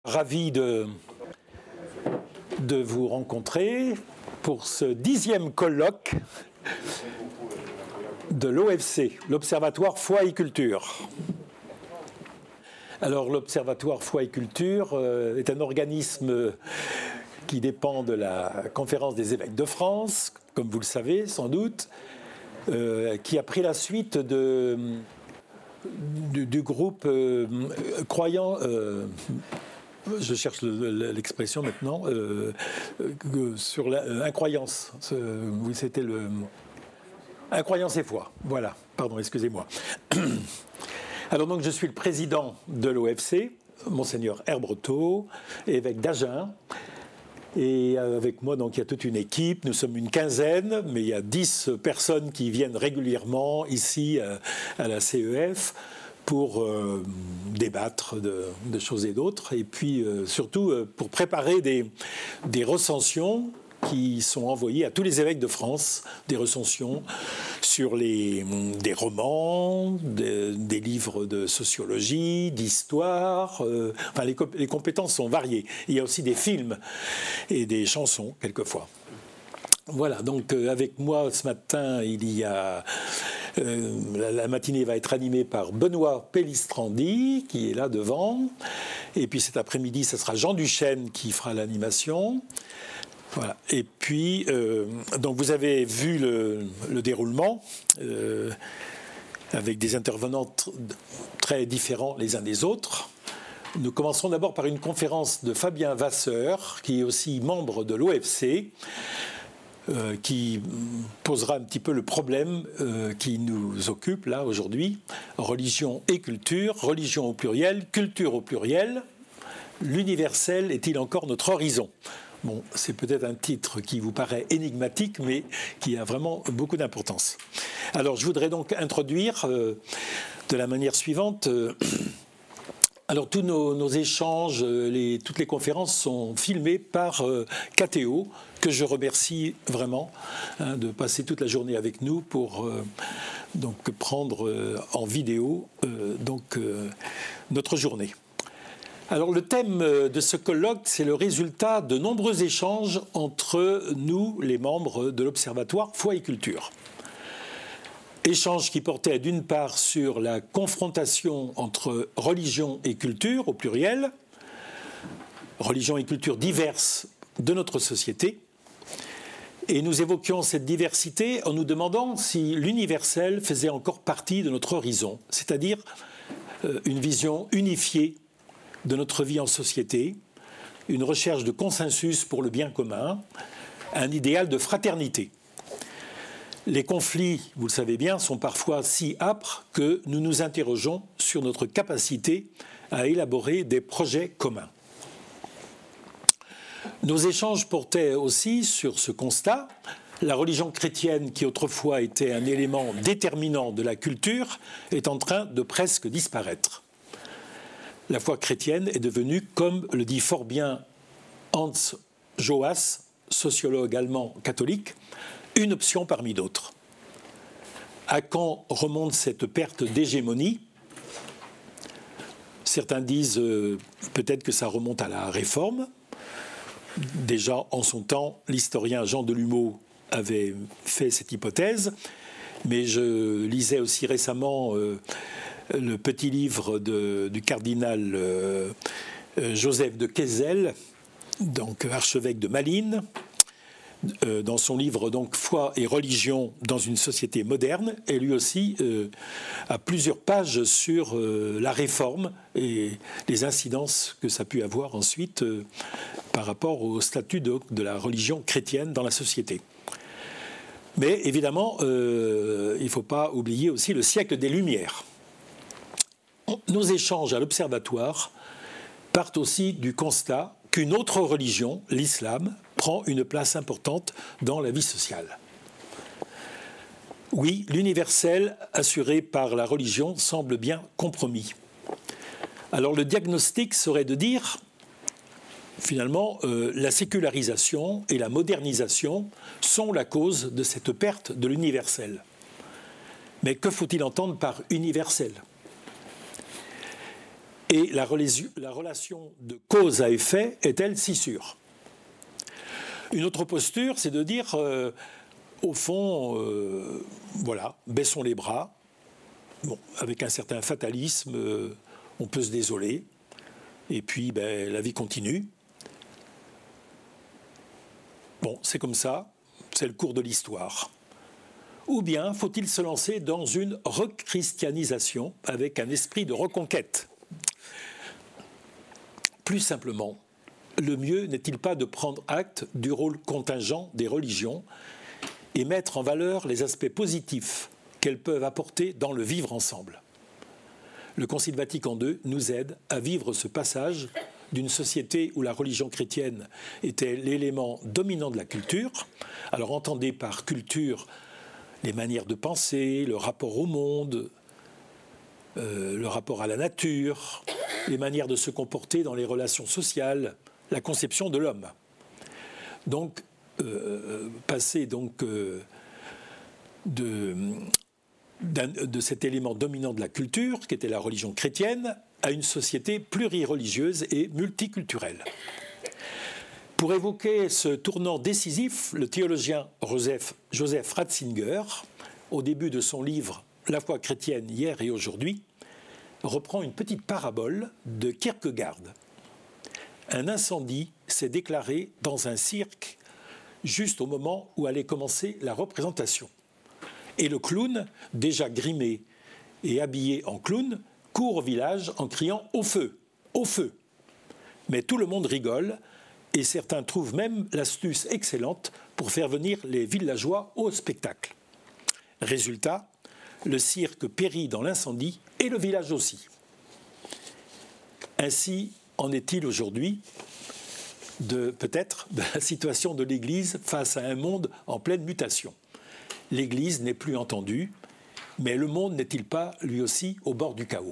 Ravi de vous rencontrer pour ce 10e colloque de l'OFC, l'Observatoire Foi et Culture. Alors l'Observatoire Foi et Culture est un organisme qui dépend de la Conférence des évêques de France, comme vous le savez sans doute, qui a pris la suite du groupe croyant, je cherche l'expression maintenant, sur l'incroyance. Oui, c'était incroyance et foi. Voilà, pardon, excusez-moi. Alors donc je suis le président de l'OFC, Monseigneur Herbreteau, évêque d'Agen. Et avec moi, donc, il y a toute une équipe, nous sommes une quinzaine, mais il y a 10 personnes qui viennent régulièrement ici à la CEF pour débattre de choses et d'autres, et puis surtout pour préparer des recensions qui sont envoyées à tous les évêques de France, des recensions sur des romans, des livres de sociologie, d'histoire. Enfin, les compétences sont variées. Il y a aussi des films et des chansons, quelquefois. Voilà, donc avec moi ce matin, il y a... la matinée va être animée par Benoît Pellistrandi, qui est là devant. Et puis cet après-midi, ce sera Jean Duchesne qui fera l'animation. Voilà. Et puis, donc vous avez vu le déroulement avec des intervenants très différents les uns des autres. Nous commencerons d'abord par une conférence de Fabien Vasseur, qui est aussi membre de l'OFC, qui posera un petit peu le problème qui nous occupe là aujourd'hui. Religion et culture, religion au pluriel, culture au pluriel. L'universel est-il encore notre horizon ? Bon, c'est peut-être un titre qui vous paraît énigmatique, mais qui a vraiment beaucoup d'importance. Alors, je voudrais donc introduire de la manière suivante. Alors, tous nos échanges, toutes les conférences sont filmées par KTO, que je remercie vraiment de passer toute la journée avec nous pour donc prendre en vidéo notre journée. Alors le thème de ce colloque, c'est le résultat de nombreux échanges entre nous, les membres de l'Observatoire Foi et Culture. Échanges qui portaient d'une part sur la confrontation entre religion et culture, au pluriel, religion et culture diverses de notre société, et nous évoquions cette diversité en nous demandant si l'universel faisait encore partie de notre horizon, c'est-à-dire une vision unifiée de notre vie en société, une recherche de consensus pour le bien commun, un idéal de fraternité. Les conflits, vous le savez bien, sont parfois si âpres que nous nous interrogeons sur notre capacité à élaborer des projets communs. Nos échanges portaient aussi sur ce constat. La religion chrétienne, qui autrefois était un élément déterminant de la culture, est en train de presque disparaître. La foi chrétienne est devenue, comme le dit fort bien Hans Joas, sociologue allemand catholique, une option parmi d'autres. À quand remonte cette perte d'hégémonie ? Certains disent peut-être que ça remonte à la Réforme. Déjà, en son temps, l'historien Jean Delumeau avait fait cette hypothèse, mais je lisais aussi récemment le petit livre du cardinal Joseph de Quézel, donc archevêque de Malines, dans son livre donc Foi et religion dans une société moderne, et lui aussi a plusieurs pages sur la réforme et les incidences que ça a pu avoir ensuite par rapport au statut de la religion chrétienne dans la société. Mais évidemment, il ne faut pas oublier aussi le siècle des Lumières. Nos échanges à l'Observatoire partent aussi du constat qu'une autre religion, l'islam, prend une place importante dans la vie sociale. Oui, l'universel assuré par la religion semble bien compromis. Alors le diagnostic serait de dire, finalement, la sécularisation et la modernisation sont la cause de cette perte de l'universel. Mais que faut-il entendre par universel ? Et la relation de cause à effet est-elle si sûre? Une autre posture, c'est de dire, au fond, voilà, baissons les bras. Bon, avec un certain fatalisme, on peut se désoler. Et puis, la vie continue. Bon, c'est comme ça, c'est le cours de l'histoire. Ou bien faut-il se lancer dans une rechristianisation avec un esprit de reconquête? Plus simplement, le mieux n'est-il pas de prendre acte du rôle contingent des religions et mettre en valeur les aspects positifs qu'elles peuvent apporter dans le vivre ensemble? Le Concile Vatican II nous aide à vivre ce passage d'une société où la religion chrétienne était l'élément dominant de la culture. Alors entendez par culture les manières de penser, le rapport au monde, le rapport à la nature, les manières de se comporter dans les relations sociales, la conception de l'homme. Donc, passer donc, de cet élément dominant de la culture, qui était la religion chrétienne, à une société plurireligieuse et multiculturelle. Pour évoquer ce tournant décisif, le théologien Joseph Ratzinger, au début de son livre « La foi chrétienne hier et aujourd'hui », reprend une petite parabole de Kierkegaard. Un incendie s'est déclaré dans un cirque juste au moment où allait commencer la représentation. Et le clown, déjà grimé et habillé en clown, court au village en criant « Au feu ! Au feu !» Mais tout le monde rigole et certains trouvent même l'astuce excellente pour faire venir les villageois au spectacle. Résultat, le cirque périt dans l'incendie et le village aussi. Ainsi en est-il aujourd'hui peut-être de la situation de l'Église face à un monde en pleine mutation. L'Église n'est plus entendue, mais le monde n'est-il pas, lui aussi, au bord du chaos?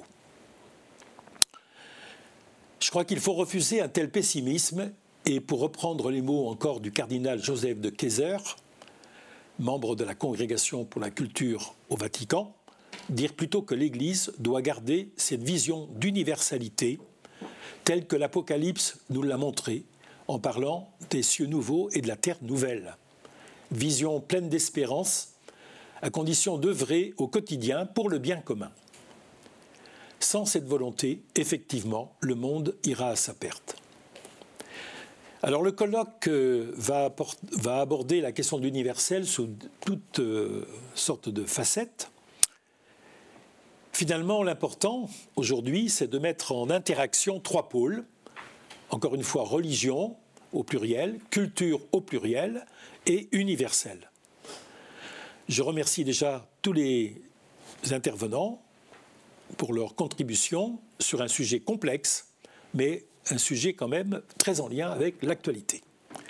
Je crois qu'il faut refuser un tel pessimisme et, pour reprendre les mots encore du cardinal Joseph de Kayser, membre de la Congrégation pour la culture au Vatican, dire plutôt que l'Église doit garder cette vision d'universalité telle que l'Apocalypse nous l'a montrée en parlant des cieux nouveaux et de la terre nouvelle. Vision pleine d'espérance, à condition d'œuvrer au quotidien pour le bien commun. Sans cette volonté, effectivement, le monde ira à sa perte. Alors le colloque va aborder la question de l'universel sous toutes sortes de facettes. Finalement, l'important aujourd'hui, c'est de mettre en interaction trois pôles. Encore une fois, religion au pluriel, culture au pluriel et universel. Je remercie déjà tous les intervenants pour leur contribution sur un sujet complexe, mais un sujet quand même très en lien avec l'actualité.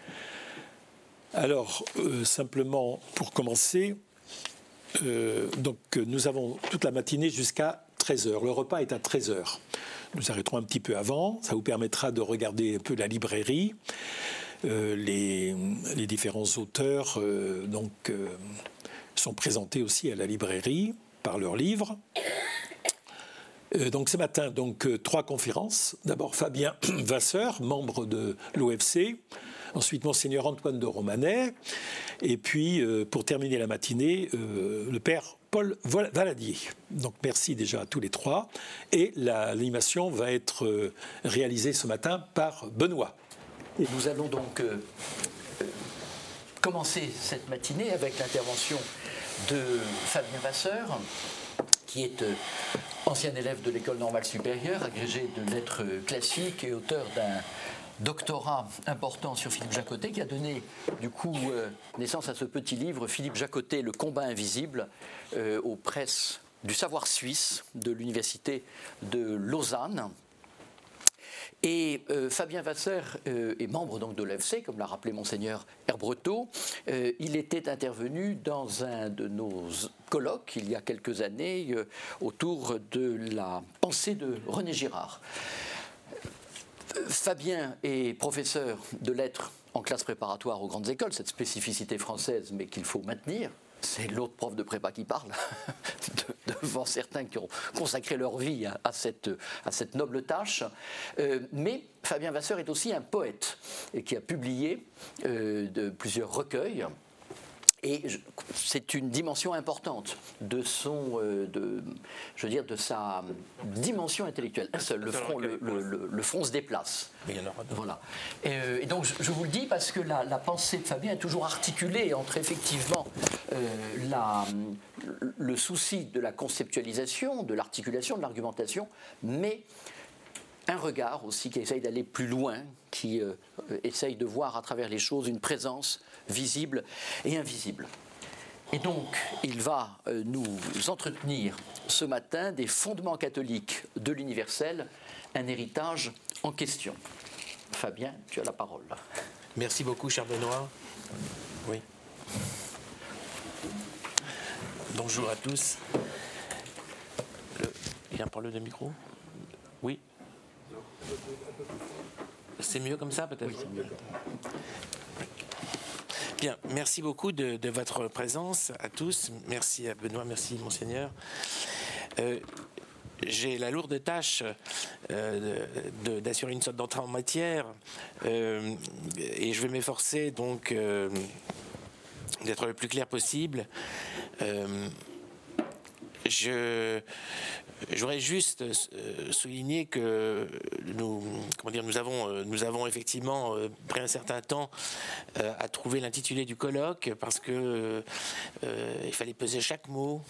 Alors, simplement pour commencer, donc nous avons toute la matinée jusqu'à 13h. Le repas est à 13h. Nous arrêterons un petit peu avant. Ça vous permettra de regarder un peu la librairie. Les différents auteurs sont présentés aussi à la librairie par leurs livres. Donc ce matin, trois conférences. D'abord Fabien Vasseur, membre de l'OFC. Ensuite Monseigneur Antoine de Romanet. Et puis, pour terminer la matinée, le Père Paul Valadier. Donc merci déjà à tous les trois. Et l'animation va être réalisée ce matin par Benoît. Et nous allons donc commencer cette matinée avec l'intervention de Fabien Vasseur, qui est ancien élève de l'École normale supérieure, agrégé de lettres classiques et auteur d'un doctorat important sur Philippe Jacotet, qui a donné du coup naissance à ce petit livre, Philippe Jacotet, Le combat invisible, aux presses du savoir suisse de l'Université de Lausanne. Et Fabien Vasseur est membre donc de l'OFC, comme l'a rappelé Monseigneur Herbreteau. Il était intervenu dans un de nos colloques, il y a quelques années, autour de la pensée de René Girard. Fabien est professeur de lettres en classe préparatoire aux grandes écoles, cette spécificité française, mais qu'il faut maintenir. C'est l'autre prof de prépa qui parle, de devant certains qui ont consacré leur vie à cette noble tâche. Mais Fabien Vasseur est aussi un poète et qui a publié plusieurs recueils. Et c'est une dimension importante de sa dimension intellectuelle. Un seul, le front se déplace. Mais il y en aura d'autres. Voilà. Et donc je vous le dis parce que la pensée de Fabien est toujours articulée entre effectivement le souci de la conceptualisation, de l'articulation, de l'argumentation, mais un regard aussi qui essaye d'aller plus loin, qui essaye de voir à travers les choses une présence visible et invisible. Et donc, il va nous entretenir ce matin des fondements catholiques de l'universel, un héritage en question. Fabien, tu as la parole. Merci beaucoup, cher Benoît. Oui. Bonjour à tous. Il y a un problème de micro ? Oui. C'est mieux comme ça, peut-être ? Oui, c'est mieux. Bien, merci beaucoup de votre présence à tous. Merci à Benoît, merci Monseigneur. J'ai la lourde tâche d'assurer une sorte d'entrée en matière et je vais m'efforcer donc d'être le plus clair possible. J'aurais juste souligné que nous avons effectivement pris un certain temps à trouver l'intitulé du colloque parce que il fallait peser chaque mot,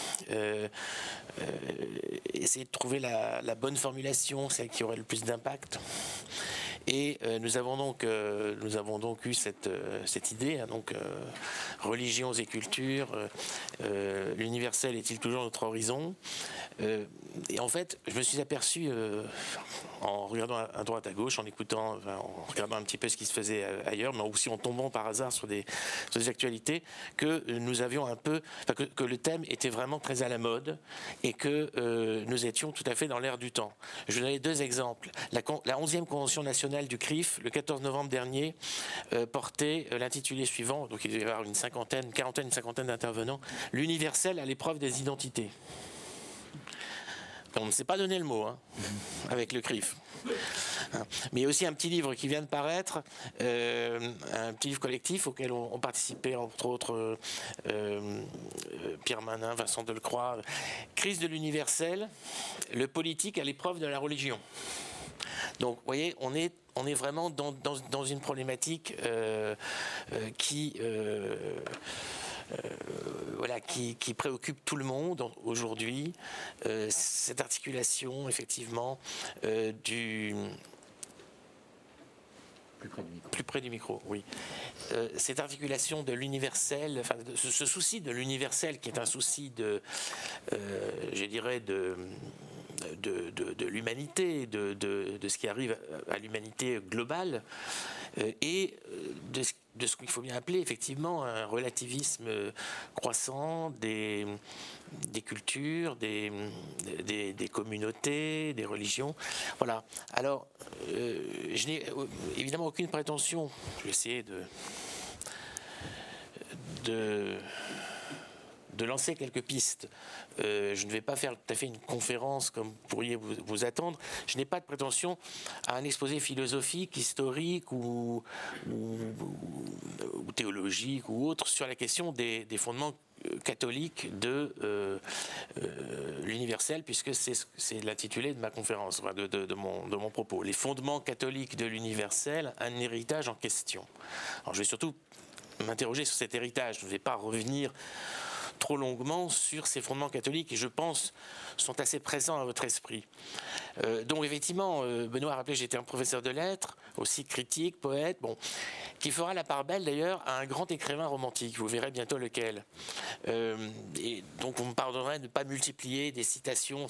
essayer de trouver la bonne formulation, celle qui aurait le plus d'impact. Et nous avons donc eu cette idée, hein, religions et culture, l'universel est-il toujours notre horizon ? Et en fait, je me suis aperçu en regardant à droite à gauche, en regardant un petit peu ce qui se faisait ailleurs, mais aussi en tombant par hasard sur des actualités, que nous avions que le thème était vraiment très à la mode et que nous étions tout à fait dans l'air du temps. Je vais vous donner deux exemples. La 11e convention nationale du CRIF, le 14 novembre dernier, portait l'intitulé suivant, donc il devait y avoir une cinquantaine d'intervenants, l'universel à l'épreuve des identités. On ne s'est pas donné le mot, hein, avec le CRIF. Mais il y a aussi un petit livre qui vient de paraître, un petit livre collectif auquel ont participé entre autres Pierre Manin, Vincent Delcroix, Crise de l'universel, le politique à l'épreuve de la religion. Donc, vous voyez, on est vraiment dans une problématique qui préoccupe tout le monde aujourd'hui, cette articulation effectivement plus près du micro, oui. Cette articulation de l'universel, enfin ce souci de l'universel qui est un souci de l'humanité, de ce qui arrive à l'humanité globale, et de ce qu'il faut bien appeler effectivement un relativisme croissant des cultures, des communautés, des religions. Voilà. Alors, je n'ai évidemment aucune prétention. Je vais essayer de lancer quelques pistes. Je ne vais pas faire tout à fait une conférence comme vous pourriez vous attendre. Je n'ai pas de prétention à un exposé philosophique, historique ou théologique ou autre sur la question des fondements catholiques de l'universel, puisque c'est l'intitulé de ma conférence, de mon propos. Les fondements catholiques de l'universel, un héritage en question. Alors je vais surtout m'interroger sur cet héritage. Je ne vais pas revenir trop longuement sur ces fondements catholiques qui, je pense, sont assez présents à votre esprit. Donc effectivement, Benoît a rappelé, j'étais un professeur de lettres, aussi critique, poète, qui fera la part belle d'ailleurs à un grand écrivain romantique. Vous verrez bientôt lequel. Et donc on me pardonnerait de ne pas multiplier des citations.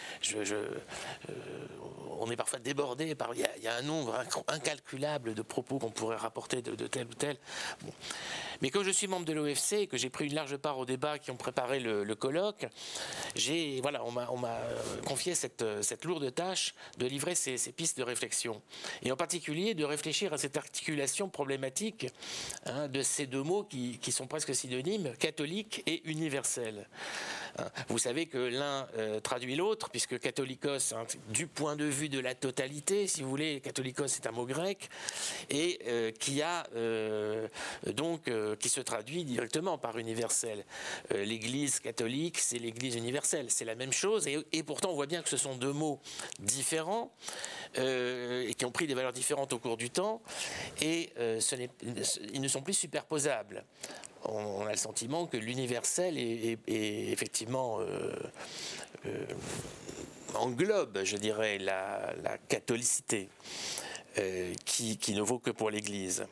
On est parfois débordé par... Il y a un nombre incalculable de propos qu'on pourrait rapporter de tel ou tel. Bon. Mais comme je suis membre de l'OFC et que j'ai pris une large part au débat qui ont préparé le colloque, on m'a confié cette lourde tâche de livrer ces pistes de réflexion. Et en particulier de réfléchir à cette articulation problématique de ces deux mots qui sont presque synonymes, catholique et universel. Vous savez que l'un traduit l'autre, puisque catholikos, du point de vue de la totalité, si vous voulez, catholikos c'est un mot grec, et qui se traduit directement par universel. L'Église catholique, c'est l'Église universelle, c'est la même chose, et pourtant on voit bien que ce sont deux mots différents, et qui ont pris des valeurs différentes au cours du temps, et ils ne sont plus superposables. On a le sentiment que l'universel est effectivement englobe, je dirais, la catholicité qui ne vaut que pour l'Église.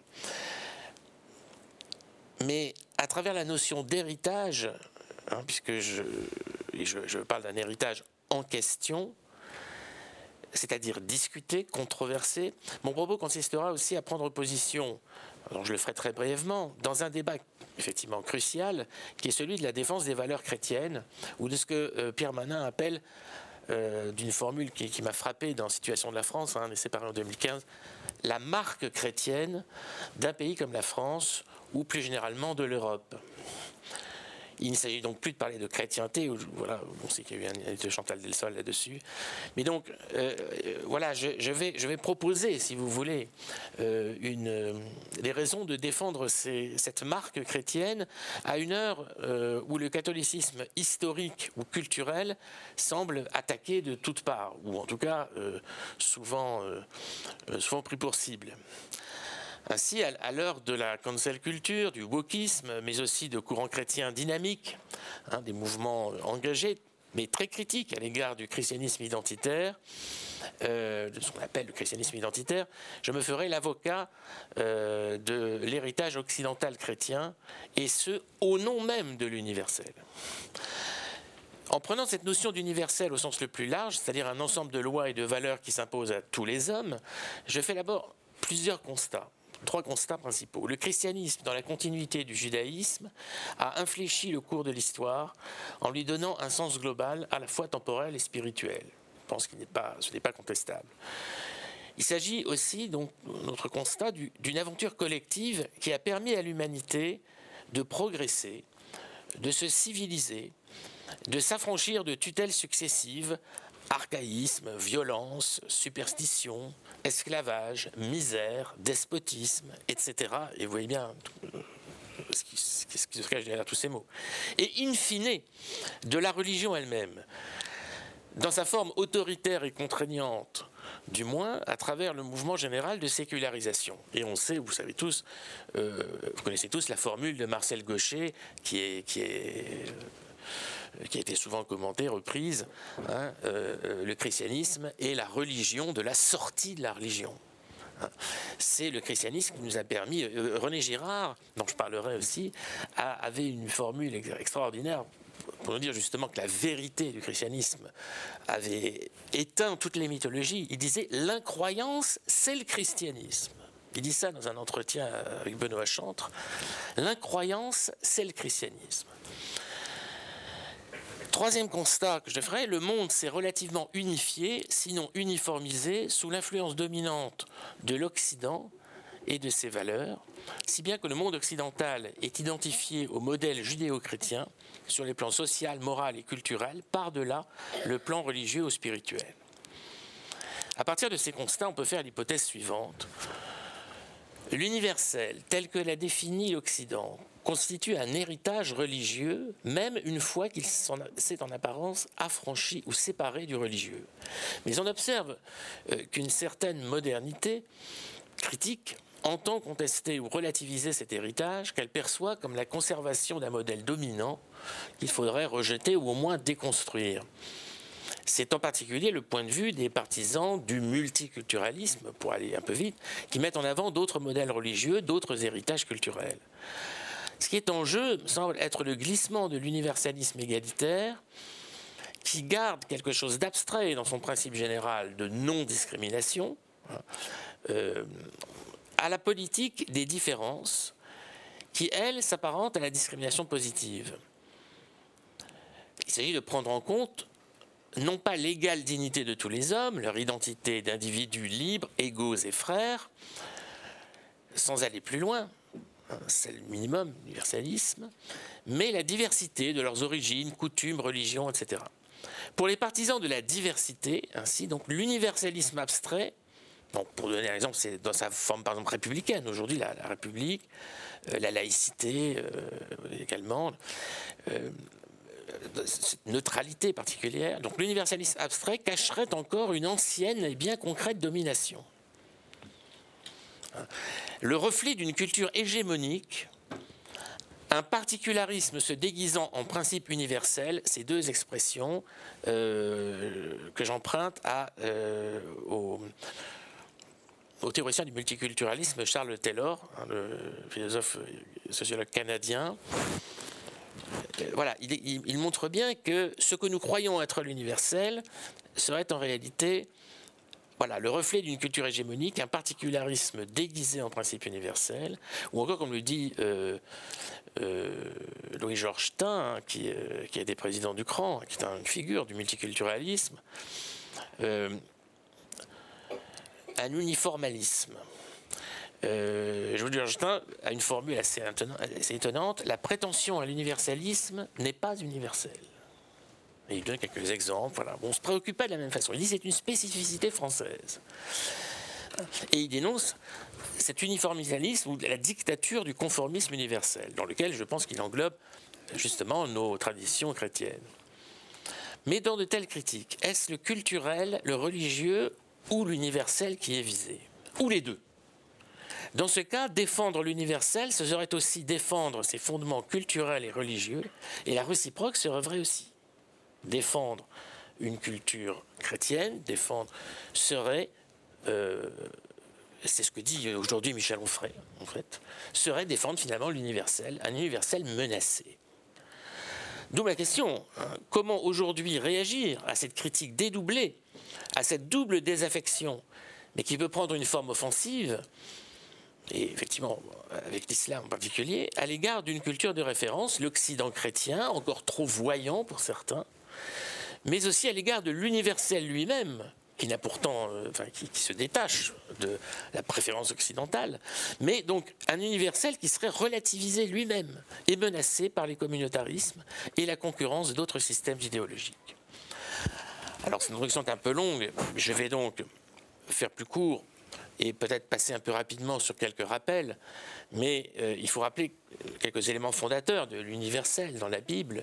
Mais à travers la notion d'héritage, puisque je parle d'un héritage en question, c'est-à-dire discuté, controversé, mon propos consistera aussi à prendre position, alors je le ferai très brièvement, dans un débat effectivement crucial, qui est celui de la défense des valeurs chrétiennes, ou de ce que Pierre Manin appelle, d'une formule qui m'a frappé dans Situation de la France, on est séparé en 2015, la marque chrétienne d'un pays comme la France, ou plus généralement de l'Europe. Il ne s'agit donc plus de parler de chrétienté, voilà, on sait qu'il y a eu un livre de Chantal Delsol là-dessus. Mais donc, voilà, je vais proposer, si vous voulez, des raisons de défendre cette marque chrétienne à une heure où le catholicisme historique ou culturel semble attaqué de toutes parts, ou en tout cas souvent pris pour cible. Ainsi, à l'heure de la cancel culture, du wokisme, mais aussi de courants chrétiens dynamiques, des mouvements engagés, mais très critiques à l'égard du christianisme identitaire, de ce qu'on appelle le christianisme identitaire, je me ferai l'avocat de l'héritage occidental chrétien, et ce, au nom même de l'universel. En prenant cette notion d'universel au sens le plus large, c'est-à-dire un ensemble de lois et de valeurs qui s'imposent à tous les hommes, je fais d'abord plusieurs constats. 3 constats principaux. Le christianisme, dans la continuité du judaïsme, a infléchi le cours de l'histoire en lui donnant un sens global à la fois temporel et spirituel. Je pense que ce n'est pas contestable. Il s'agit aussi, donc, notre constat, d'une aventure collective qui a permis à l'humanité de progresser, de se civiliser, de s'affranchir de tutelles successives, archaïsme, violence, superstition, esclavage, misère, despotisme, etc. Et vous voyez bien ce qui se cache derrière tous ces mots. Et in fine, de la religion elle-même, dans sa forme autoritaire et contraignante, du moins à travers le mouvement général de sécularisation. Et on sait, vous savez tous, vous connaissez tous la formule de Marcel Gauchet qui a été souvent commentée, reprise, le christianisme est la religion de la sortie de la religion. C'est le christianisme qui nous a permis. René Girard, dont je parlerai aussi, avait une formule extraordinaire pour nous dire justement que la vérité du christianisme avait éteint toutes les mythologies. Il disait « l'incroyance, c'est le christianisme ». Il dit ça dans un entretien avec Benoît Chantre. « L'incroyance, c'est le christianisme ». Troisième constat que je ferai, le monde s'est relativement unifié, sinon uniformisé, sous l'influence dominante de l'Occident et de ses valeurs, si bien que le monde occidental est identifié au modèle judéo-chrétien sur les plans social, moral et culturel, par-delà le plan religieux ou spirituel. À partir de ces constats, on peut faire l'hypothèse suivante. L'universel, tel que l'a défini l'Occident, constitue un héritage religieux, même une fois qu'il s'est en apparence affranchi ou séparé du religieux. Mais on observe qu'une certaine modernité critique entend contester ou relativiser cet héritage qu'elle perçoit comme la conservation d'un modèle dominant qu'il faudrait rejeter ou au moins déconstruire. C'est en particulier le point de vue des partisans du multiculturalisme, pour aller un peu vite, qui mettent en avant d'autres modèles religieux, d'autres héritages culturels. Ce qui est en jeu semble être le glissement de l'universalisme égalitaire, qui garde quelque chose d'abstrait dans son principe général de non-discrimination, à la politique des différences, qui, elle, s'apparente à la discrimination positive. Il s'agit de prendre en compte non pas l'égale dignité de tous les hommes, leur identité d'individus libres, égaux et frères, sans aller plus loin, c'est le minimum, l'universalisme, mais la diversité de leurs origines, coutumes, religions, etc. Pour les partisans de la diversité, ainsi, donc l'universalisme abstrait, donc pour donner un exemple, c'est dans sa forme par exemple républicaine, aujourd'hui la République, la laïcité également, cette neutralité particulière. Donc l'universalisme abstrait cacherait encore une ancienne et bien concrète domination. Le reflet d'une culture hégémonique, un particularisme se déguisant en principe universel, ces deux expressions que j'emprunte au théoricien du multiculturalisme Charles Taylor, le philosophe sociologue canadien. Voilà, il montre bien que ce que nous croyons être l'universel serait en réalité le reflet d'une culture hégémonique, un particularisme déguisé en principe universel, ou encore, comme le dit Louis-Georges Tin, qui a été président du CRAN, qui est une figure du multiculturalisme, un uniformalisme. Louis-Georges Tin a une formule assez étonnante: la prétention à l'universalisme n'est pas universelle. Et il donne quelques exemples. Voilà. Bon, on se préoccupe pas de la même façon. Il dit que c'est une spécificité française. Et il dénonce cet uniformisalisme ou la dictature du conformisme universel, dans lequel je pense qu'il englobe justement nos traditions chrétiennes. Mais dans de telles critiques, est-ce le culturel, le religieux ou l'universel qui est visé? Ou les deux? Dans ce cas, défendre l'universel, ce serait aussi défendre ses fondements culturels et religieux, et la réciproque serait vraie aussi. Défendre une culture chrétienne, serait, c'est ce que dit aujourd'hui Michel Onfray, en fait, serait défendre finalement l'universel, un universel menacé. D'où ma question, comment aujourd'hui réagir à cette critique dédoublée, à cette double désaffection, mais qui peut prendre une forme offensive, et effectivement avec l'islam en particulier, à l'égard d'une culture de référence, l'Occident chrétien, encore trop voyant pour certains, mais aussi à l'égard de l'universel lui-même, qui n'a pourtant, qui se détache de la préférence occidentale, mais donc un universel qui serait relativisé lui-même et menacé par les communautarismes et la concurrence d'autres systèmes idéologiques. Alors cette introduction est un peu longue, je vais donc faire plus court et peut-être passer un peu rapidement sur quelques rappels, mais il faut rappeler quelques éléments fondateurs de l'universel dans la Bible.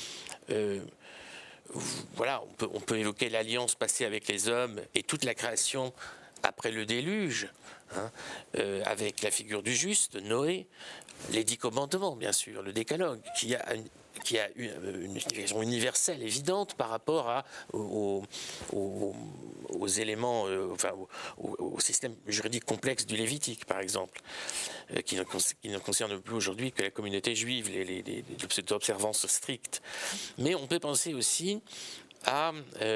On peut évoquer l'alliance passée avec les hommes et toute la création après le déluge, avec la figure du juste, Noé, les 10 commandements, bien sûr, le décalogue, qui a une signification universelle évidente par rapport aux éléments, au système juridique complexe du Lévitique, par exemple, qui ne concerne plus aujourd'hui que la communauté juive, les observances strictes. Mais on peut penser aussi à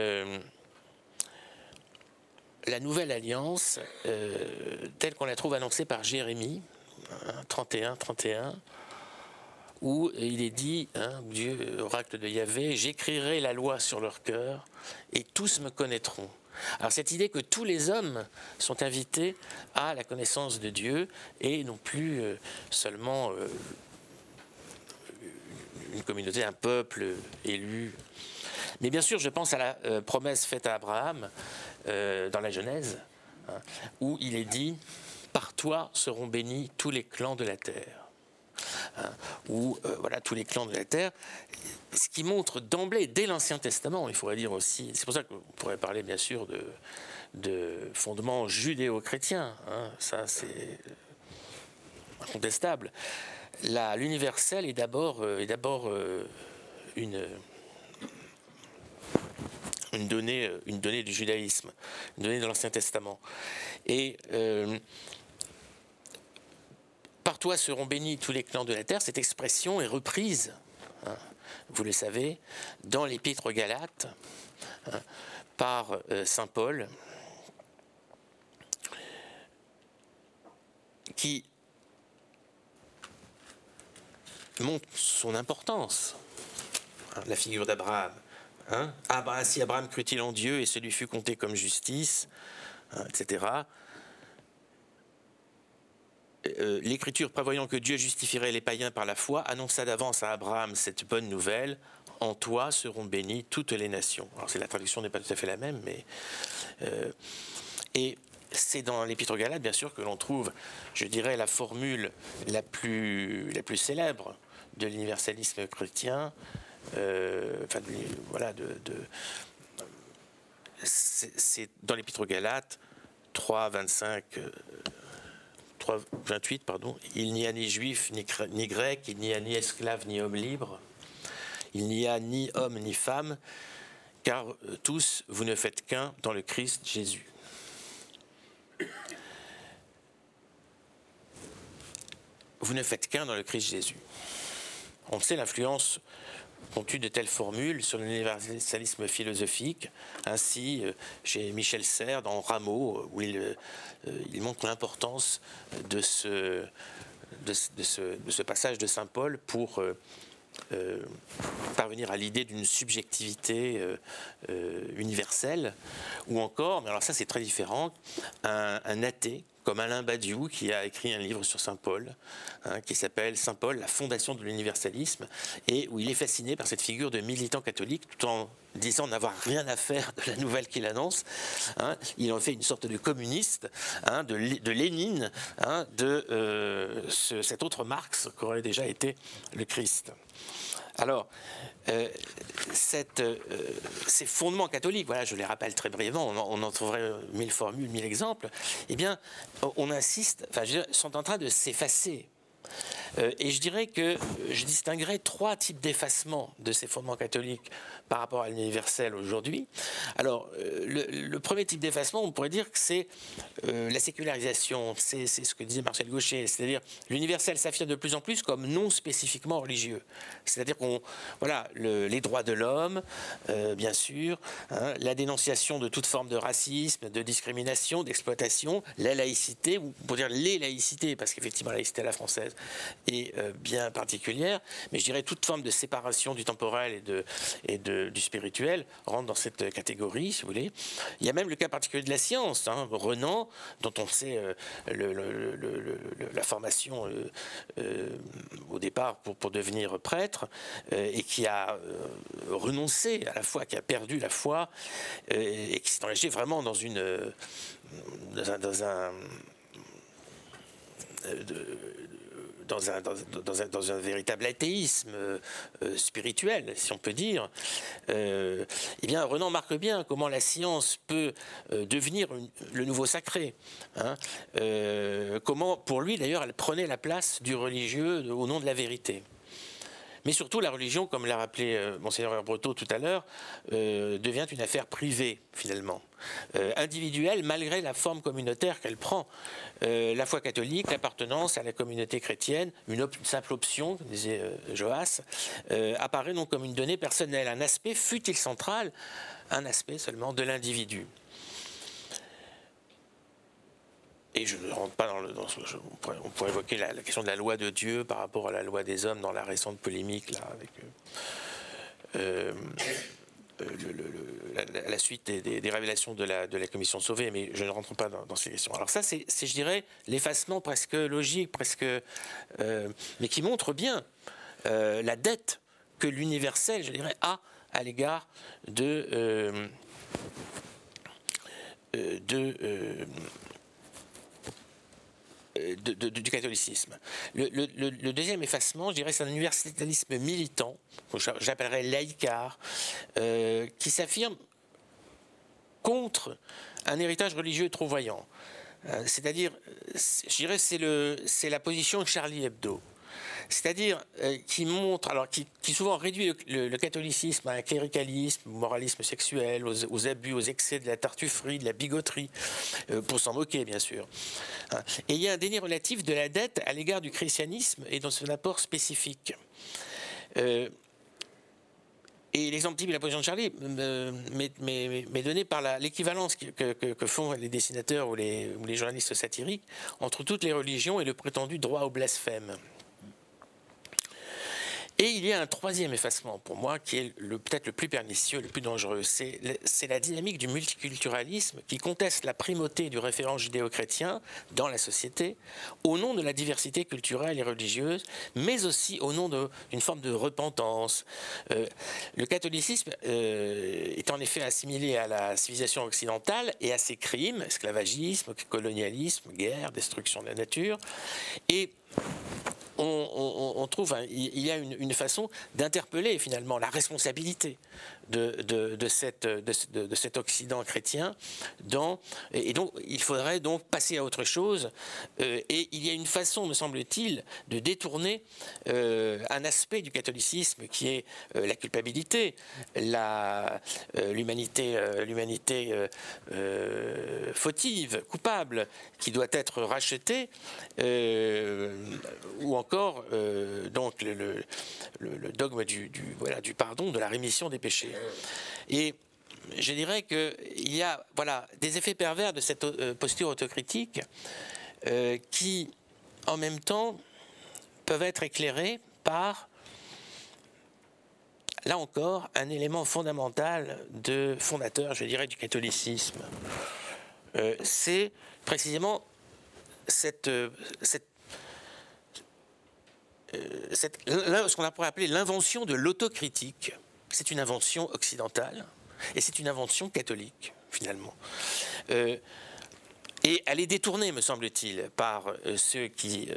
la nouvelle alliance telle qu'on la trouve annoncée par Jérémie, 31, où il est dit, Dieu, oracle de Yahvé, j'écrirai la loi sur leur cœur et tous me connaîtront. Alors cette idée que tous les hommes sont invités à la connaissance de Dieu et non plus seulement une communauté, un peuple élu. Mais bien sûr, je pense à la promesse faite à Abraham dans la Genèse, où il est dit, par toi seront bénis tous les clans de la terre. Tous les clans de la terre, ce qui montre d'emblée, dès l'Ancien Testament, il faudrait dire aussi, c'est pour ça qu'on pourrait parler bien sûr de fondements judéo-chrétiens, ça c'est incontestable. L'universel est d'abord une donnée du judaïsme, une donnée de l'Ancien Testament. Et par toi seront bénis tous les clans de la terre. Cette expression est reprise, vous le savez, dans l'Épître aux Galates par saint Paul, qui montre son importance, la figure d'Abraham, Hein, ainsi Abraham crut-il en Dieu et ce lui fut compté comme justice, hein, etc. L'Écriture, prévoyant que Dieu justifierait les païens par la foi, annonça d'avance à Abraham cette bonne nouvelle: en toi seront bénies toutes les nations. Alors la traduction n'est pas tout à fait la même, mais et c'est dans l'Épître aux Galates, bien sûr, que l'on trouve, je dirais, la formule la plus célèbre de l'universalisme chrétien. C'est dans l'Épître aux Galates 3:25. 3:28, pardon. Il n'y a ni juif ni grec, il n'y a ni esclave ni homme libre, il n'y a ni homme ni femme, car tous vous ne faites qu'un dans le Christ Jésus. Vous ne faites qu'un dans le Christ Jésus. On sait l'influence qu'ont eu de telles formules sur l'universalisme philosophique, ainsi chez Michel Serres dans Rameau, où il montre l'importance de ce passage de saint Paul pour parvenir à l'idée d'une subjectivité universelle, ou encore, mais alors ça c'est très différent, un athée comme Alain Badiou, qui a écrit un livre sur saint Paul, hein, qui s'appelle Saint Paul, la fondation de l'universalisme, et où il est fasciné par cette figure de militant catholique, tout en disant n'avoir rien à faire de la nouvelle qu'il annonce. Hein. Il en fait une sorte de communiste, hein, de Lénine, hein, cet autre Marx qu'aurait déjà été le Christ. Alors, ces fondements catholiques, voilà, je les rappelle très brièvement, on en trouverait 1000 formules, 1000 exemples, eh bien, on insiste, sont en train de s'effacer. Et je dirais que je distinguerais 3 types d'effacement de ces fondements catholiques par rapport à l'universel aujourd'hui. Alors, le premier type d'effacement, on pourrait dire que c'est la sécularisation, c'est ce que disait Marcel Gauchet, c'est-à-dire l'universel s'affirme de plus en plus comme non spécifiquement religieux. C'est-à-dire les droits de l'homme, bien sûr, hein, la dénonciation de toute forme de racisme, de discrimination, d'exploitation, la laïcité, ou pour dire les laïcités, parce qu'effectivement la laïcité à la française est bien particulière, mais je dirais toute forme de séparation du temporel et du spirituel rentre dans cette catégorie, si vous voulez. Il y a même le cas particulier de la science, hein, Renan, dont on sait la formation au départ pour devenir prêtre, et qui a renoncé à la foi, qui a perdu la foi, et qui s'est engagé vraiment dans un véritable athéisme spirituel, si on peut dire, eh bien, Renan marque bien comment la science peut devenir le nouveau sacré. Hein, comment, pour lui, d'ailleurs, elle prenait la place du religieux au nom de la vérité. Mais surtout, la religion, comme l'a rappelé Monseigneur Breteau tout à l'heure, devient une affaire privée, finalement. Individuelle, malgré la forme communautaire qu'elle prend. La foi catholique, l'appartenance à la communauté chrétienne, une simple option, disait Joas, apparaît donc comme une donnée personnelle, un aspect, fût-il central, un aspect seulement de l'individu. Et je ne rentre pas on pourrait évoquer la question de la loi de Dieu par rapport à la loi des hommes dans la récente polémique là, avec la suite des révélations de la commission Sauvé, mais je ne rentre pas dans ces questions. Alors ça, c'est je dirais, l'effacement presque logique, mais qui montre bien la dette que l'universel, je dirais, a à l'égard du catholicisme. Le deuxième effacement, je dirais, c'est un universalisme militant, que j'appellerais laïcard, qui s'affirme contre un héritage religieux trop voyant. C'est-à-dire, je dirais, c'est la position de Charlie Hebdo. C'est-à-dire qui montre, alors qui souvent réduit le catholicisme à un cléricalisme, au moralisme sexuel, aux abus, aux excès de la tartufferie, de la bigoterie, pour s'en moquer bien sûr. Et il y a un déni relatif de la dette à l'égard du christianisme et dans son apport spécifique. Et l'exemple type de la position de Charlie m'est donné par l'équivalence que font les dessinateurs ou les journalistes satiriques entre toutes les religions et le prétendu droit au blasphème. Et il y a un troisième effacement pour moi qui est peut-être le plus pernicieux, le plus dangereux. C'est la dynamique du multiculturalisme qui conteste la primauté du référent judéo-chrétien dans la société au nom de la diversité culturelle et religieuse, mais aussi au nom d'une forme de repentance. Le catholicisme est en effet assimilé à la civilisation occidentale et à ses crimes, esclavagisme, colonialisme, guerre, destruction de la nature. Et on trouve, il y a une façon d'interpeller finalement la responsabilité de cet Occident chrétien. Et donc, il faudrait donc passer à autre chose. Et il y a une façon, me semble-t-il, de détourner un aspect du catholicisme qui est la culpabilité, l'humanité fautive, coupable, qui doit être rachetée, ou encore donc le dogme du pardon, de la rémission des péchés. Et je dirais qu'il y a des effets pervers de cette posture autocritique qui, en même temps, peuvent être éclairés par, là encore, un élément fondamental fondateur, je dirais, du catholicisme. C'est précisément ce qu'on pourrait appeler l'invention de l'autocritique. C'est une invention occidentale et c'est une invention catholique, finalement. Et elle est détournée, me semble-t-il, par ceux qui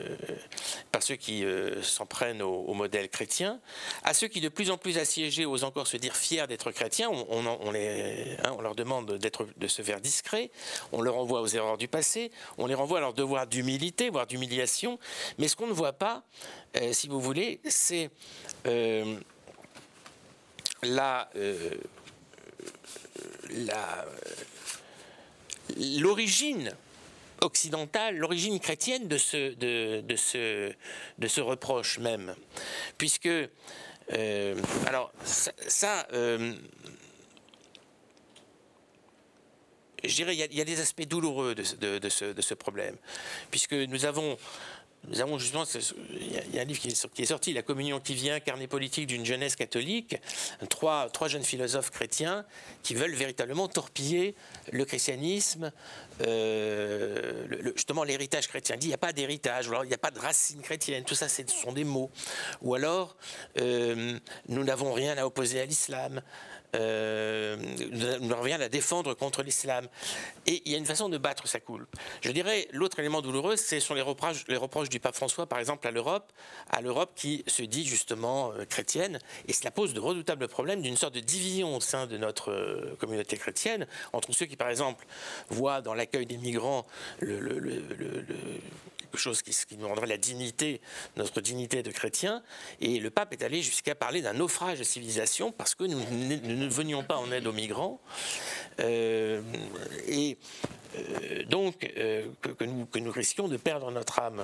s'en prennent au modèle chrétien, à ceux qui de plus en plus assiégés osent encore se dire fiers d'être chrétiens. On leur demande de se faire discrets, on leur renvoie aux erreurs du passé, on les renvoie à leur devoir d'humilité, voire d'humiliation. Mais ce qu'on ne voit pas, si vous voulez, c'est l'origine occidentale, l'origine chrétienne de ce reproche même. Puisque, alors, je dirais, il y a des aspects douloureux de ce problème. Puisque nous avons justement, il y a un livre qui est sorti, La communion qui vient, carnet politique d'une jeunesse catholique, trois jeunes philosophes chrétiens qui veulent véritablement torpiller le christianisme, justement l'héritage chrétien. Il dit il n'y a pas d'héritage, ou alors il n'y a pas de racine chrétienne, tout ça ce sont des mots. Ou alors nous n'avons rien à opposer à l'islam. Nous n'avons rien à défendre contre l'islam. Et il y a une façon de battre sa coulpe. Je dirais, l'autre élément douloureux, ce sont les reproches du pape François, par exemple, à l'Europe qui se dit justement chrétienne, et cela pose de redoutables problèmes d'une sorte de division au sein de notre communauté chrétienne, entre ceux qui, par exemple, voient dans l'accueil des migrants quelque chose qui nous rendrait notre dignité de chrétien, et le pape est allé jusqu'à parler d'un naufrage de civilisation parce que nous ne venions pas en aide aux migrants, et donc que nous risquions de perdre notre âme,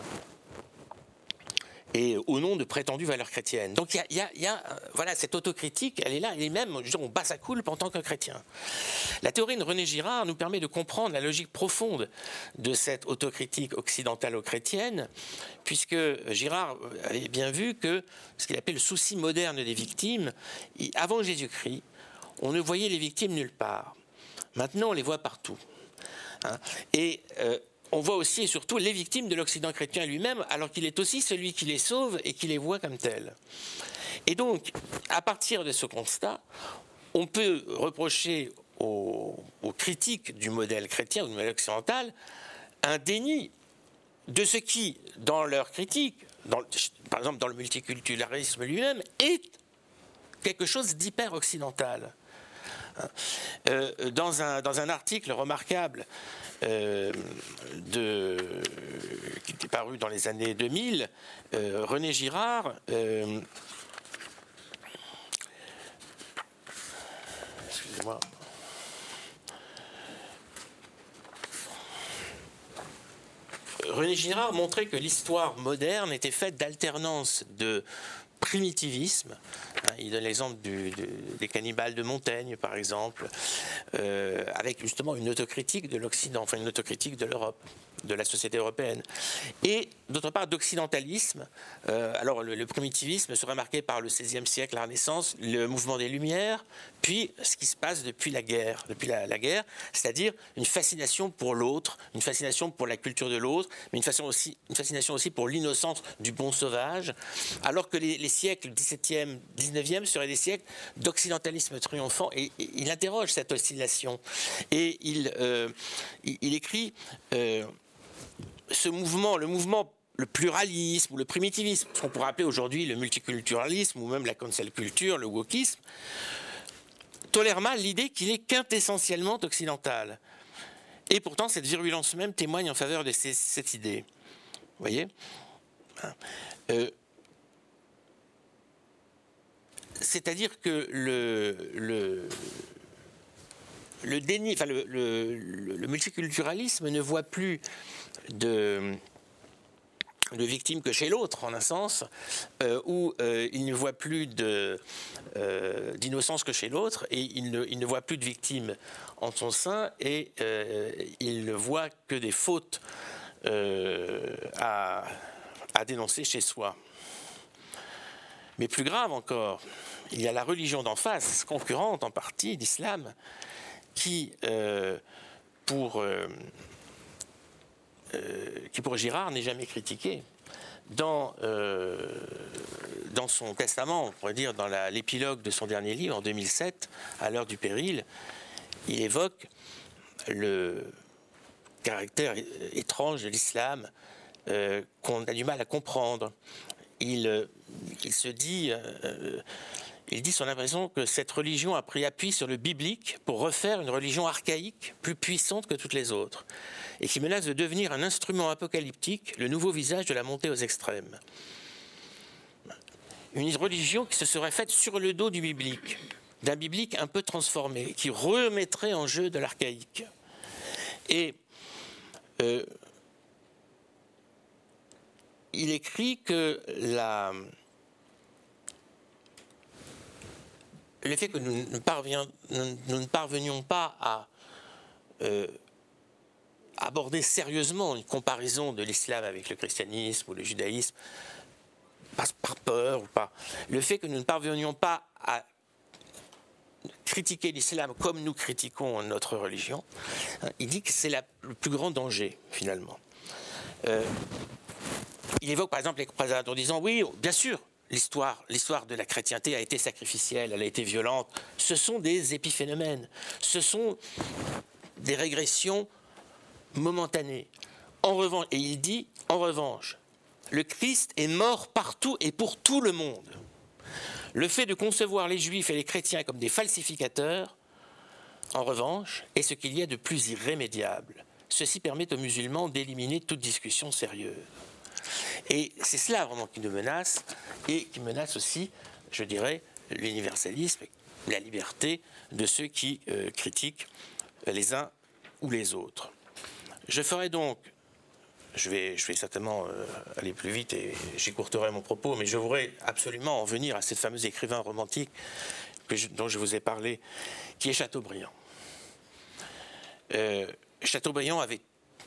et au nom de prétendues valeurs chrétiennes. Donc il y a cette autocritique, elle est là, et même, on bat sa coulpe en tant que chrétien. La théorie de René Girard nous permet de comprendre la logique profonde de cette autocritique occidentalo-chrétienne, puisque Girard avait bien vu que ce qu'il appelle le souci moderne des victimes, avant Jésus-Christ, on ne voyait les victimes nulle part. Maintenant, on les voit partout. Et on voit aussi et surtout les victimes de l'Occident chrétien lui-même, alors qu'il est aussi celui qui les sauve et qui les voit comme tels. Et donc, à partir de ce constat, on peut reprocher aux critiques du modèle chrétien ou du modèle occidental un déni de ce qui, dans leur critique, par exemple dans le multiculturalisme lui-même, est quelque chose d'hyper occidental. Dans un article remarquable qui était paru dans les années 2000, René Girard excusez-moi. René Girard montrait que l'histoire moderne était faite d'alternance de primitivisme. Il donne l'exemple des cannibales de Montaigne, par exemple, avec justement une autocritique de l'Occident, enfin une autocritique de l'Europe, de la société européenne. Et d'autre part, d'occidentalisme. Alors le primitivisme serait marqué par le XVIe siècle, la Renaissance, le mouvement des Lumières, puis ce qui se passe depuis la guerre, c'est-à-dire une fascination pour l'autre, une fascination pour la culture de l'autre, mais une fascination aussi pour l'innocence du bon sauvage, alors que les siècles XVIIe, XIXe seraient des siècles d'occidentalisme triomphant, et il interroge cette oscillation. Et il écrit ce mouvement, le pluralisme ou le primitivisme, ce qu'on pourrait appeler aujourd'hui le multiculturalisme ou même la cancel culture, le wokisme, tolère mal l'idée qu'il est quintessentiellement occidental. Et pourtant, cette virulence même témoigne en faveur de cette idée. Vous voyez ? C'est-à-dire que le déni, enfin le multiculturalisme ne voit plus de victimes que chez l'autre, en un sens, où il ne voit plus d'innocence que chez l'autre, et il ne voit plus de victimes en son sein, et il ne voit que des fautes à dénoncer chez soi. Mais plus grave encore, il y a la religion d'en face, concurrente en partie d'islam, qui, pour Girard, n'est jamais critiquée. Dans son testament, on pourrait dire dans l'épilogue de son dernier livre, en 2007, à l'heure du péril, il évoque le caractère étrange de l'islam qu'on a du mal à comprendre. Il dit son impression que cette religion a pris appui sur le biblique pour refaire une religion archaïque, plus puissante que toutes les autres, et qui menace de devenir un instrument apocalyptique, le nouveau visage de la montée aux extrêmes. Une religion qui se serait faite sur le dos du biblique, d'un biblique un peu transformé, qui remettrait en jeu de l'archaïque. Et il écrit que le fait que nous ne parvenions pas à aborder sérieusement une comparaison de l'islam avec le christianisme ou le judaïsme, par peur ou pas, le fait que nous ne parvenions pas à critiquer l'islam comme nous critiquons notre religion, il dit que c'est le plus grand danger, finalement. Il évoque par exemple les croisades en disant oui, bien sûr, l'histoire de la chrétienté a été sacrificielle, elle a été violente. Ce sont des épiphénomènes, ce sont des régressions momentanées. En revanche, et il dit, en revanche, le Christ est mort partout et pour tout le monde. Le fait de concevoir les Juifs et les chrétiens comme des falsificateurs, en revanche, est ce qu'il y a de plus irrémédiable. Ceci permet aux musulmans d'éliminer toute discussion sérieuse. Et c'est cela vraiment qui nous menace, et qui menace aussi, je dirais, l'universalisme, la liberté de ceux qui critiquent les uns ou les autres. Je ferai donc, je vais certainement aller plus vite et j'écourterai mon propos, mais je voudrais absolument en venir à ce fameux écrivain romantique dont je vous ai parlé, qui est Chateaubriand. Chateaubriand avait...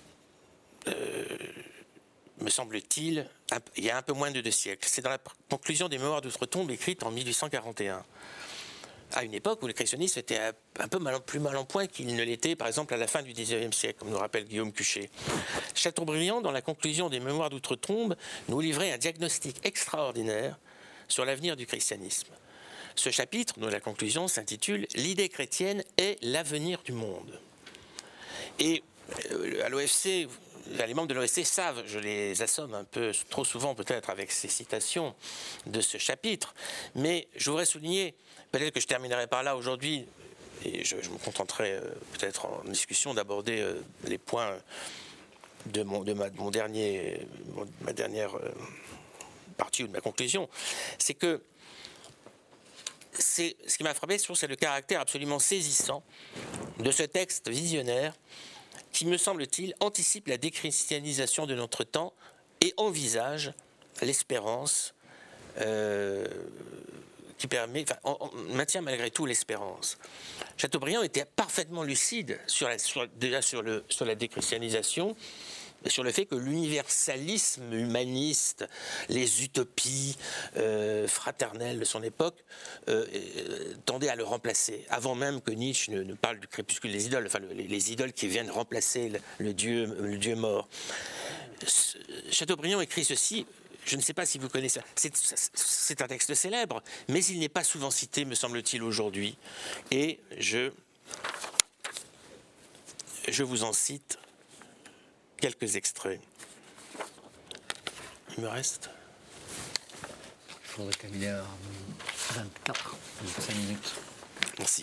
me semble-t-il, il y a un peu moins de 2 siècles. C'est dans la conclusion des Mémoires d'Outre-Tombe, écrite en 1841, à une époque où le christianisme était un peu plus mal en point qu'il ne l'était, par exemple, à la fin du XIXe siècle, comme nous rappelle Guillaume Cuchet. Chateaubriand, dans la conclusion des Mémoires d'Outre-Tombe, nous livrait un diagnostic extraordinaire sur l'avenir du christianisme. Ce chapitre, dont la conclusion s'intitule « L'idée chrétienne est l'avenir du monde ». Et à l'OFC... les membres de l'OFC savent, je les assomme un peu trop souvent peut-être avec ces citations de ce chapitre, mais je voudrais souligner, peut-être que je terminerai par là aujourd'hui, et je me contenterai peut-être en discussion d'aborder les points de ma dernière partie ou de ma conclusion, c'est que ce qui m'a frappé, c'est le caractère absolument saisissant de ce texte visionnaire qui, me semble-t-il, anticipe la déchristianisation de notre temps et envisage l'espérance qui permet, enfin, on maintient malgré tout l'espérance. Chateaubriand était parfaitement lucide déjà sur la déchristianisation, sur le fait que l'universalisme humaniste, les utopies fraternelles de son époque tendaient à le remplacer, avant même que Nietzsche ne parle du crépuscule des idoles, enfin les idoles qui viennent remplacer le Dieu mort. Chateaubriand écrit ceci, je ne sais pas si vous connaissez, c'est un texte célèbre, mais il n'est pas souvent cité, me semble-t-il, aujourd'hui, et je vous en cite quelques extraits. Il me reste. Il faudrait terminer à 24, 5 minutes. Merci.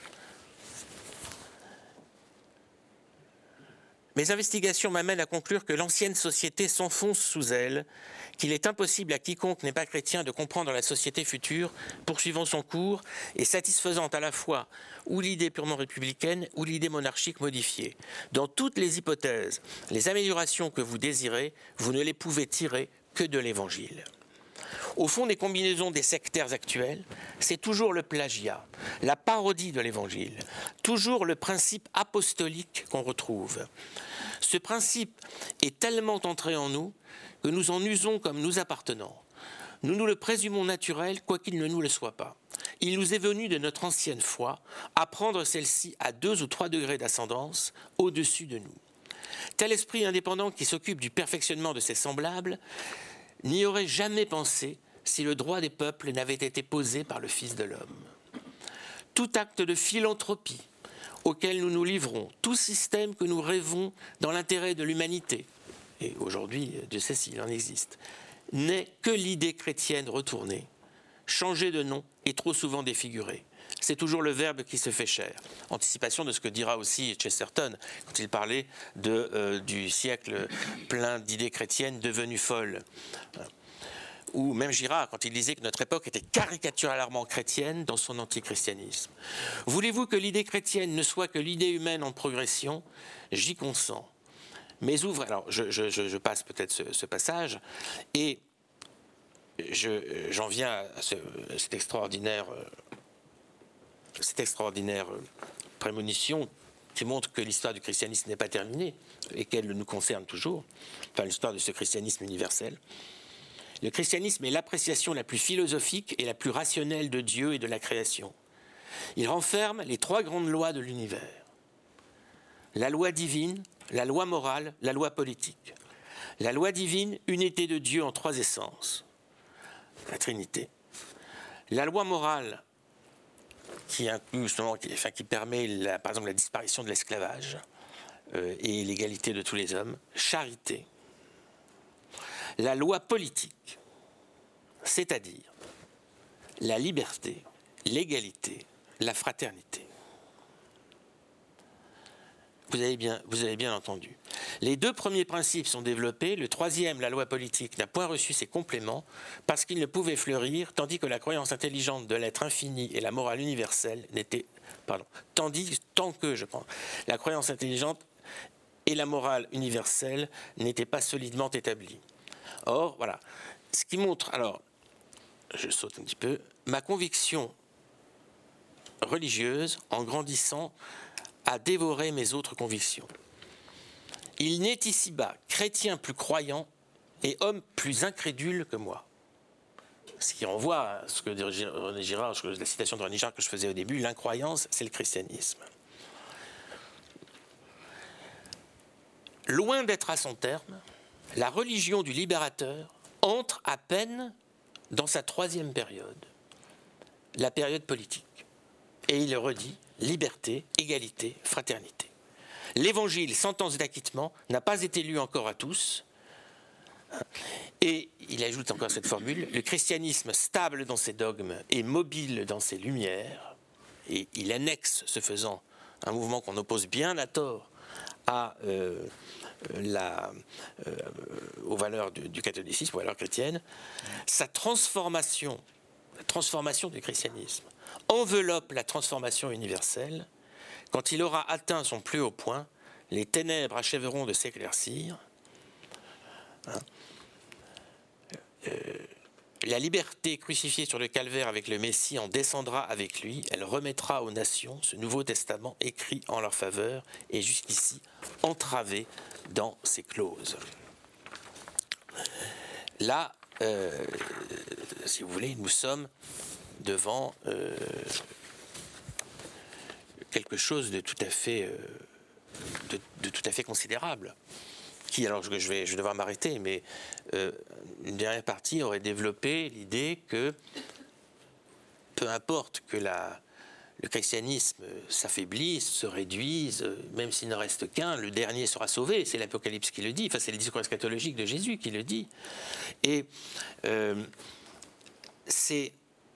Mes investigations m'amènent à conclure que l'ancienne société s'enfonce sous elle, qu'il est impossible à quiconque n'est pas chrétien de comprendre la société future, poursuivant son cours et satisfaisant à la fois ou l'idée purement républicaine ou l'idée monarchique modifiée. Dans toutes les hypothèses, les améliorations que vous désirez, vous ne les pouvez tirer que de l'Évangile. Au fond des combinaisons des sectaires actuels, c'est toujours le plagiat, la parodie de l'Évangile, toujours le principe apostolique qu'on retrouve. Ce principe est tellement entré en nous que nous en usons comme nous appartenant. Nous nous le présumons naturel, quoiqu'il ne nous le soit pas. Il nous est venu de notre ancienne foi apprendre celle-ci à 2 ou 3 degrés d'ascendance au-dessus de nous. Tel esprit indépendant qui s'occupe du perfectionnement de ses semblables n'y aurait jamais pensé si le droit des peuples n'avait été posé par le Fils de l'homme. Tout acte de philanthropie auquel nous nous livrons, tout système que nous rêvons dans l'intérêt de l'humanité, et aujourd'hui, Dieu sait s'il en existe, n'est que l'idée chrétienne retournée, changée de nom et trop souvent défigurée. C'est toujours le Verbe qui se fait chair. Anticipation de ce que dira aussi Chesterton quand il parlait du siècle plein d'idées chrétiennes devenues folles. Ou même Girard quand il disait que notre époque était caricaturalement chrétienne dans son antichristianisme. Voulez-vous que l'idée chrétienne ne soit que l'idée humaine en progression ? J'y consens. Mais ouvrez, alors je passe peut-être ce passage, et j'en viens à cette extraordinaire prémonition qui montre que l'histoire du christianisme n'est pas terminée et qu'elle nous concerne toujours, enfin l'histoire de ce christianisme universel. Le christianisme est l'appréciation la plus philosophique et la plus rationnelle de Dieu et de la création. Il renferme les 3 grandes lois de l'univers. La loi divine, la loi morale, la loi politique. La loi divine, unité de Dieu en 3 essences. La Trinité. La loi morale, qui inclut justement, qui permet par exemple la disparition de l'esclavage et l'égalité de tous les hommes. Charité. La loi politique, c'est-à-dire la liberté, l'égalité, la fraternité. Vous avez bien entendu. Les 2 premiers principes sont développés, le 3e, la loi politique, n'a point reçu ses compléments parce qu'il ne pouvait fleurir, tandis que la croyance intelligente de l'être infini et la morale universelle la croyance intelligente et la morale universelle n'étaient pas solidement établies. Or, voilà, ce qui montre, alors, je saute un petit peu, ma conviction religieuse, en grandissant, a dévoré mes autres convictions. Il n'est ici-bas chrétien plus croyant et homme plus incrédule que moi. Ce qui renvoie à ce que dit René Girard, la citation de René Girard que je faisais au début, l'incroyance, c'est le christianisme. Loin d'être à son terme, la religion du libérateur entre à peine dans sa 3e période, la période politique. Et il le redit, liberté, égalité, fraternité. L'évangile, sentence d'acquittement, n'a pas été lu encore à tous. Et il ajoute encore cette formule, le christianisme stable dans ses dogmes et mobile dans ses lumières, et il annexe, ce faisant, un mouvement qu'on oppose bien à tort aux valeurs du catholicisme, aux valeurs chrétiennes, sa transformation, la transformation du christianisme, enveloppe la transformation universelle. Quand il aura atteint son plus haut point, les ténèbres achèveront de s'éclaircir. La liberté crucifiée sur le calvaire avec le Messie en descendra avec lui. Elle remettra aux nations ce Nouveau Testament écrit en leur faveur et jusqu'ici entravé dans ses clauses. Là, si vous voulez, nous sommes devant quelque chose de tout à fait, de tout à fait considérable. Qui, alors je vais devoir m'arrêter, mais une dernière partie aurait développé l'idée que peu importe que le christianisme s'affaiblisse, se réduise, même s'il ne reste qu'un, le dernier sera sauvé. C'est l'Apocalypse qui le dit, enfin c'est le discours eschatologique de Jésus qui le dit. Et c'est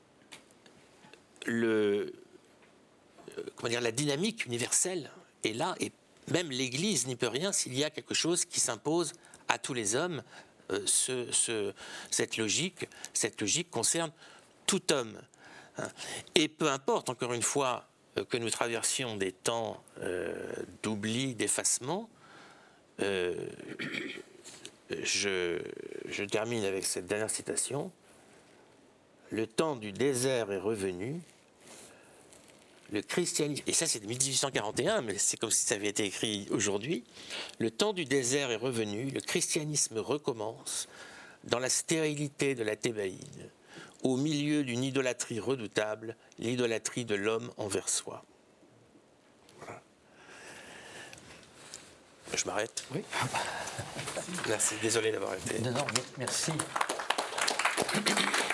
la dynamique universelle est là, et même l'Église n'y peut rien s'il y a quelque chose qui s'impose à tous les hommes. Cette logique concerne tout homme. Et peu importe, encore une fois, que nous traversions des temps d'oubli, d'effacement, je termine avec cette dernière citation. Le temps du désert est revenu. Le christianisme, et ça c'est de 1841, mais c'est comme si ça avait été écrit aujourd'hui. Le temps du désert est revenu, le christianisme recommence dans la stérilité de la Thébaïde, au milieu d'une idolâtrie redoutable, l'idolâtrie de l'homme envers soi. Voilà. Je m'arrête. Oui. Merci, désolé d'avoir été. Non, merci.